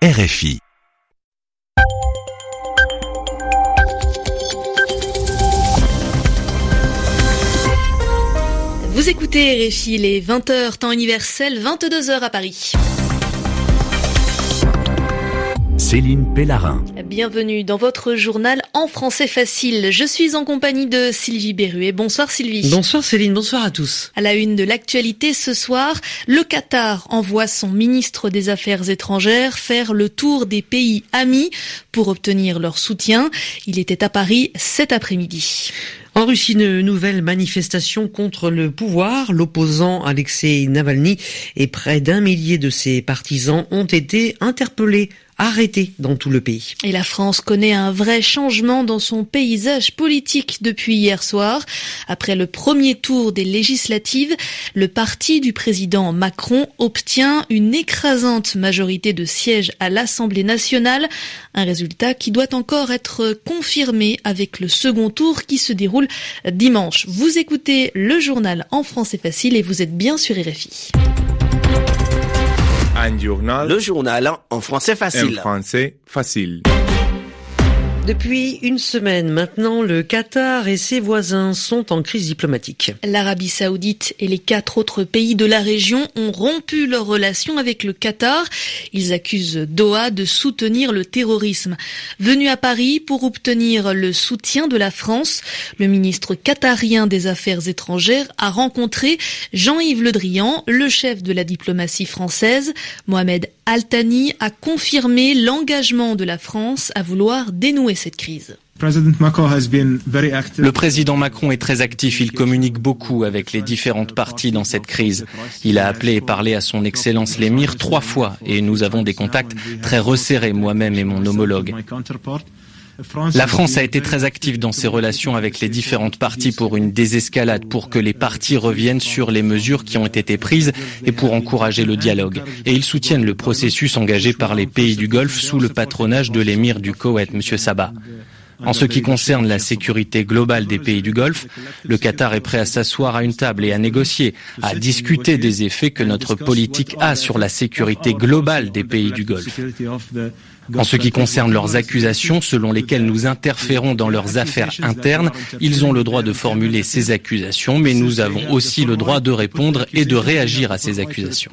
RFI. Vous écoutez RFI, il est 20h, temps universel, 22h à Paris. Céline Pellarin. Bienvenue dans votre journal en français facile. Je suis en compagnie de Sylvie Berruet. Bonsoir Sylvie. Bonsoir Céline, bonsoir à tous. À la une de l'actualité ce soir, le Qatar envoie son ministre des Affaires étrangères faire le tour des pays amis pour obtenir leur soutien. Il était à Paris cet après-midi. En Russie, une nouvelle manifestation contre le pouvoir. L'opposant Alexei Navalny et près d'1 millier de ses partisans ont été interpellés, arrêtés dans tout le pays. Et la France connaît un vrai changement dans son paysage politique depuis hier soir. Après le premier tour des législatives, le parti du président Macron obtient une écrasante majorité de sièges à l'Assemblée nationale. Un résultat qui doit encore être confirmé avec le second tour qui se déroule dimanche. Vous écoutez le journal en français facile et vous êtes bien sur RFI. Le journal en français facile. Depuis une semaine maintenant, le Qatar et ses voisins sont en crise diplomatique. L'Arabie Saoudite et les 4 autres pays de la région ont rompu leurs relations avec le Qatar. Ils accusent Doha de soutenir le terrorisme. Venu à Paris pour obtenir le soutien de la France, le ministre qatarien des Affaires étrangères a rencontré Jean-Yves Le Drian, le chef de la diplomatie française. Mohamed Al-Thani a confirmé l'engagement de la France à vouloir dénouer cette crise. Le président Macron est très actif, il communique beaucoup avec les différentes parties dans cette crise. Il a appelé et parlé à son Excellence l'émir 3 fois et nous avons des contacts très resserrés, moi-même et mon homologue. La France a été très active dans ses relations avec les différentes parties pour une désescalade, pour que les parties reviennent sur les mesures qui ont été prises et pour encourager le dialogue. Et ils soutiennent le processus engagé par les pays du Golfe sous le patronage de l'émir du Koweït, M. Sabah. En ce qui concerne la sécurité globale des pays du Golfe, le Qatar est prêt à s'asseoir à une table et à négocier, à discuter des effets que notre politique a sur la sécurité globale des pays du Golfe. En ce qui concerne leurs accusations selon lesquelles nous interférons dans leurs affaires internes, ils ont le droit de formuler ces accusations, mais nous avons aussi le droit de répondre et de réagir à ces accusations.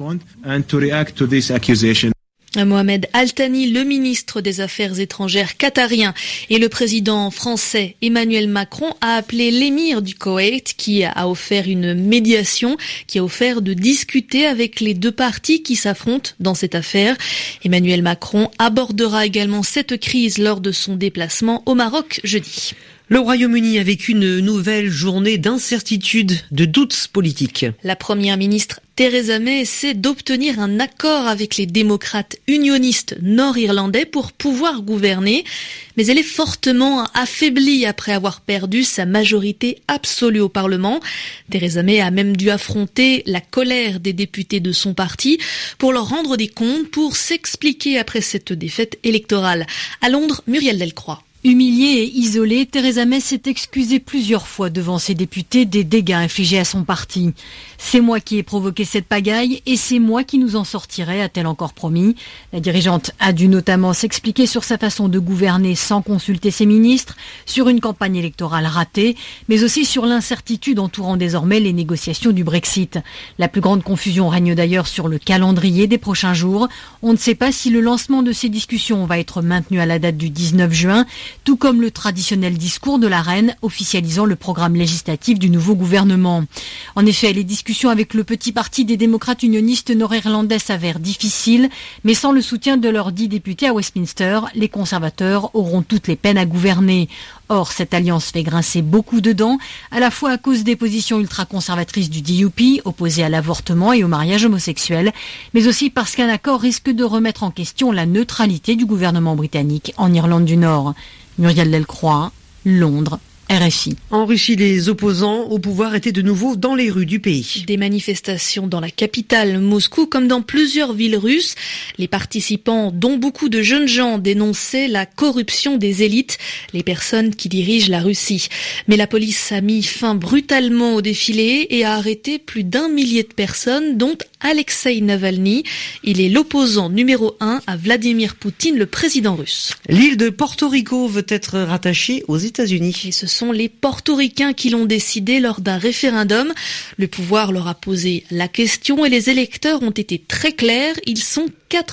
Mohamed Al-Thani, le ministre des Affaires étrangères qatarien, et le président français Emmanuel Macron a appelé l'émir du Koweït qui a offert une médiation, qui a offert de discuter avec les 2 parties qui s'affrontent dans cette affaire. Emmanuel Macron abordera également cette crise lors de son déplacement au Maroc jeudi. Le Royaume-Uni a vécu une nouvelle journée d'incertitude, de doutes politiques. La première ministre Theresa May essaie d'obtenir un accord avec les démocrates unionistes nord-irlandais pour pouvoir gouverner, mais elle est fortement affaiblie après avoir perdu sa majorité absolue au Parlement. Theresa May a même dû affronter la colère des députés de son parti pour leur rendre des comptes, pour s'expliquer après cette défaite électorale. À Londres, Muriel Delcroix. Humiliée et isolée, Theresa May s'est excusée plusieurs fois devant ses députés des dégâts infligés à son parti. C'est moi qui ai provoqué cette pagaille et c'est moi qui nous en sortirai, a-t-elle encore promis. La dirigeante a dû notamment s'expliquer sur sa façon de gouverner sans consulter ses ministres, sur une campagne électorale ratée, mais aussi sur l'incertitude entourant désormais les négociations du Brexit. La plus grande confusion règne d'ailleurs sur le calendrier des prochains jours. On ne sait pas si le lancement de ces discussions va être maintenu à la date du 19 juin, tout comme le traditionnel discours de la reine officialisant le programme législatif du nouveau gouvernement. En effet, les discussions avec le petit parti des démocrates unionistes nord-irlandais s'avèrent difficiles, mais sans le soutien de leurs 10 députés à Westminster, les conservateurs auront toutes les peines à gouverner. Or, cette alliance fait grincer beaucoup de dents, à la fois à cause des positions ultra-conservatrices du DUP, opposées à l'avortement et au mariage homosexuel, mais aussi parce qu'un accord risque de remettre en question la neutralité du gouvernement britannique en Irlande du Nord. Muriel Delcroix, Londres, RFI. En Russie, les opposants au pouvoir étaient de nouveau dans les rues du pays. Des manifestations dans la capitale, Moscou, comme dans plusieurs villes russes. Les participants, dont beaucoup de jeunes gens, dénonçaient la corruption des élites, les personnes qui dirigent la Russie. Mais la police a mis fin brutalement au défilé et a arrêté plus d'1 millier de personnes, dont Alexei Navalny. Il est l'opposant numéro 1 à Vladimir Poutine, le président russe. L'île de Porto Rico veut être rattachée aux États-Unis. Et ce sont les portoricains qui l'ont décidé lors d'un référendum. Le pouvoir leur a posé la question et les électeurs ont été très clairs. Ils sont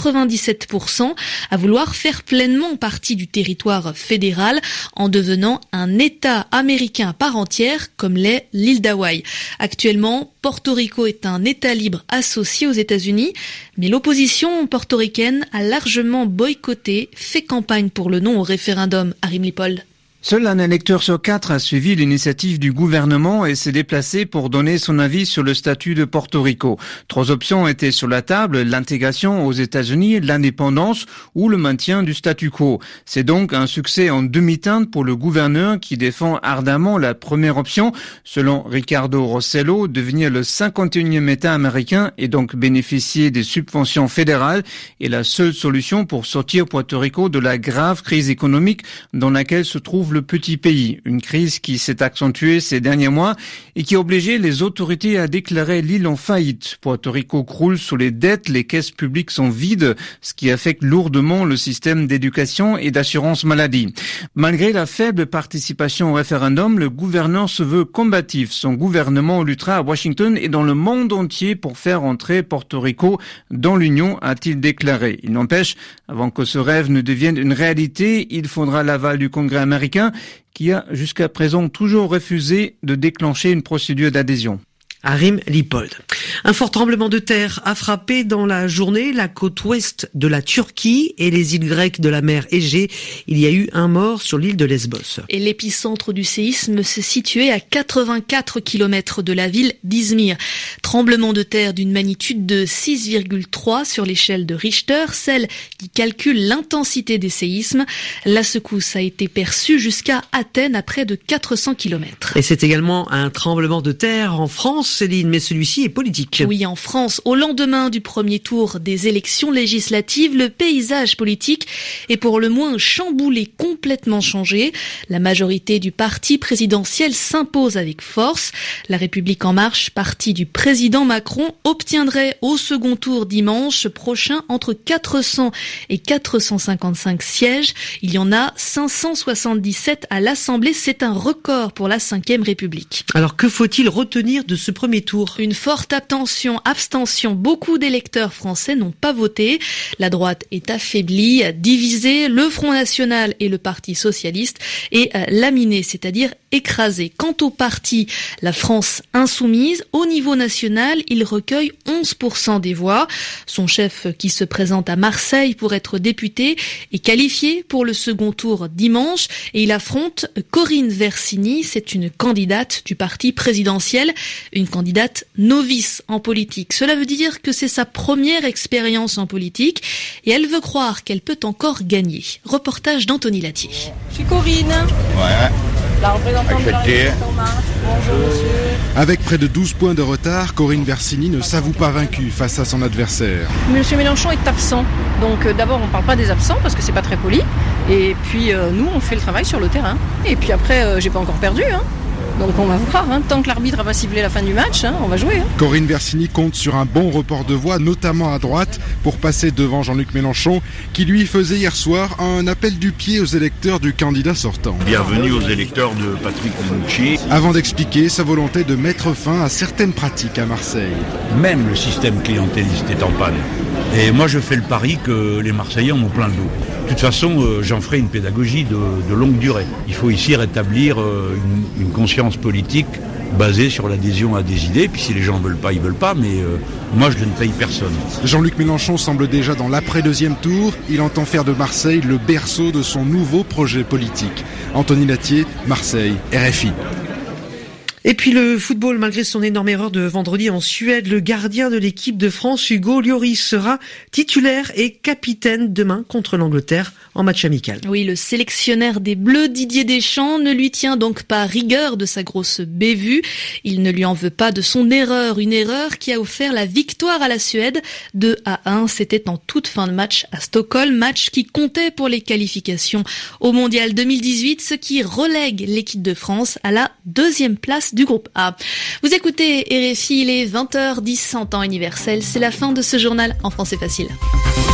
97% à vouloir faire pleinement partie du territoire fédéral en devenant un État américain à part entière comme l'est l'île d'Hawaï. Actuellement, Porto Rico est un État libre associé aux États-Unis, mais l'opposition portoricaine a largement boycotté, fait campagne pour le non au référendum. Arim Lippold. Seul un électeur sur 4 a suivi l'initiative du gouvernement et s'est déplacé pour donner son avis sur le statut de Porto Rico. 3 options étaient sur la table, l'intégration aux États-Unis, l'indépendance ou le maintien du statu quo. C'est donc un succès en demi-teinte pour le gouverneur qui défend ardemment la première option. Selon Ricardo Rossello, devenir le 51e État américain et donc bénéficier des subventions fédérales est la seule solution pour sortir Porto Rico de la grave crise économique dans laquelle se trouve le petit pays. Une crise qui s'est accentuée ces derniers mois et qui a obligé les autorités à déclarer l'île en faillite. Porto Rico croule sous les dettes, les caisses publiques sont vides, ce qui affecte lourdement le système d'éducation et d'assurance maladie. Malgré la faible participation au référendum, le gouverneur se veut combatif. Son gouvernement luttera à Washington et dans le monde entier pour faire entrer Porto Rico dans l'Union, a-t-il déclaré. Il n'empêche, avant que ce rêve ne devienne une réalité, il faudra l'aval du Congrès américain qui a jusqu'à présent toujours refusé de déclencher une procédure d'adhésion. Arim Lippold. Un fort tremblement de terre a frappé dans la journée la côte ouest de la Turquie et les îles grecques de la mer Égée. Il y a eu un mort sur l'île de Lesbos. Et l'épicentre du séisme se situait à 84 km de la ville d'Izmir. Tremblement de terre d'une magnitude de 6,3 sur l'échelle de Richter, celle qui calcule l'intensité des séismes. La secousse a été perçue jusqu'à Athènes à près de 400 km. Et c'est également un tremblement de terre en France, Céline, mais celui-ci est politique. Oui, en France, au lendemain du premier tour des élections législatives, le paysage politique est pour le moins chamboulé, complètement changé. La majorité du parti présidentiel s'impose avec force. La République en marche, parti du président Macron, obtiendrait au second tour dimanche prochain entre 400 et 455 sièges. Il y en a 577 à l'Assemblée. C'est un record pour la 5e République. Alors que faut-il retenir de ce premier tour? Une forte abstention. Beaucoup d'électeurs français n'ont pas voté. La droite est affaiblie, divisée. Le Front National et le Parti Socialiste est laminé, c'est-à-dire écrasé. Quant au parti La France Insoumise, au niveau national, il recueille 11% des voix. Son chef, qui se présente à Marseille pour être député, est qualifié pour le second tour dimanche et il affronte Corinne Versini. C'est une candidate du parti présidentiel, une candidate novice en politique. Cela veut dire que c'est sa première expérience en politique et elle veut croire qu'elle peut encore gagner. Reportage d'Anthony Latier. Je suis Corinne. Ouais. La représentante de la République en marche. Bonjour monsieur. Avec près de 12 points de retard, Corinne Versini ne s'avoue pas vaincue face à son adversaire. Monsieur Mélenchon est absent. Donc d'abord on ne parle pas des absents parce que c'est pas très poli. Et puis nous on fait le travail sur le terrain. Et puis après j'ai pas encore perdu. Donc on va voir, tant que l'arbitre va siffler la fin du match, on va jouer. Corinne Versini compte sur un bon report de voix, notamment à droite, pour passer devant Jean-Luc Mélenchon, qui lui faisait hier soir un appel du pied aux électeurs du candidat sortant. Bienvenue aux électeurs de Patrick Mennucci. Avant d'expliquer sa volonté de mettre fin à certaines pratiques à Marseille. Même le système clientéliste est en panne. Et moi je fais le pari que les Marseillais en ont plein le dos. De toute façon, j'en ferai une pédagogie de longue durée. Il faut ici rétablir une conscience politique basée sur l'adhésion à des idées. Puis si les gens veulent pas, ils veulent pas, mais moi je ne paye personne. Jean-Luc Mélenchon semble déjà dans l'après-deuxième tour. Il entend faire de Marseille le berceau de son nouveau projet politique. Anthony Latier, Marseille, RFI. Et puis le football, malgré son énorme erreur de vendredi en Suède, le gardien de l'équipe de France, Hugo Lloris, sera titulaire et capitaine demain contre l'Angleterre en match amical. Oui, le sélectionneur des Bleus, Didier Deschamps, ne lui tient donc pas rigueur de sa grosse bévue. Il ne lui en veut pas de son erreur, une erreur qui a offert la victoire à la Suède 2-1. C'était en toute fin de match à Stockholm, match qui comptait pour les qualifications au Mondial 2018, ce qui relègue l'équipe de France à la 2e place du groupe A. Vous écoutez RFI, il est 20h10 en temps universel. C'est la fin de ce journal en français facile.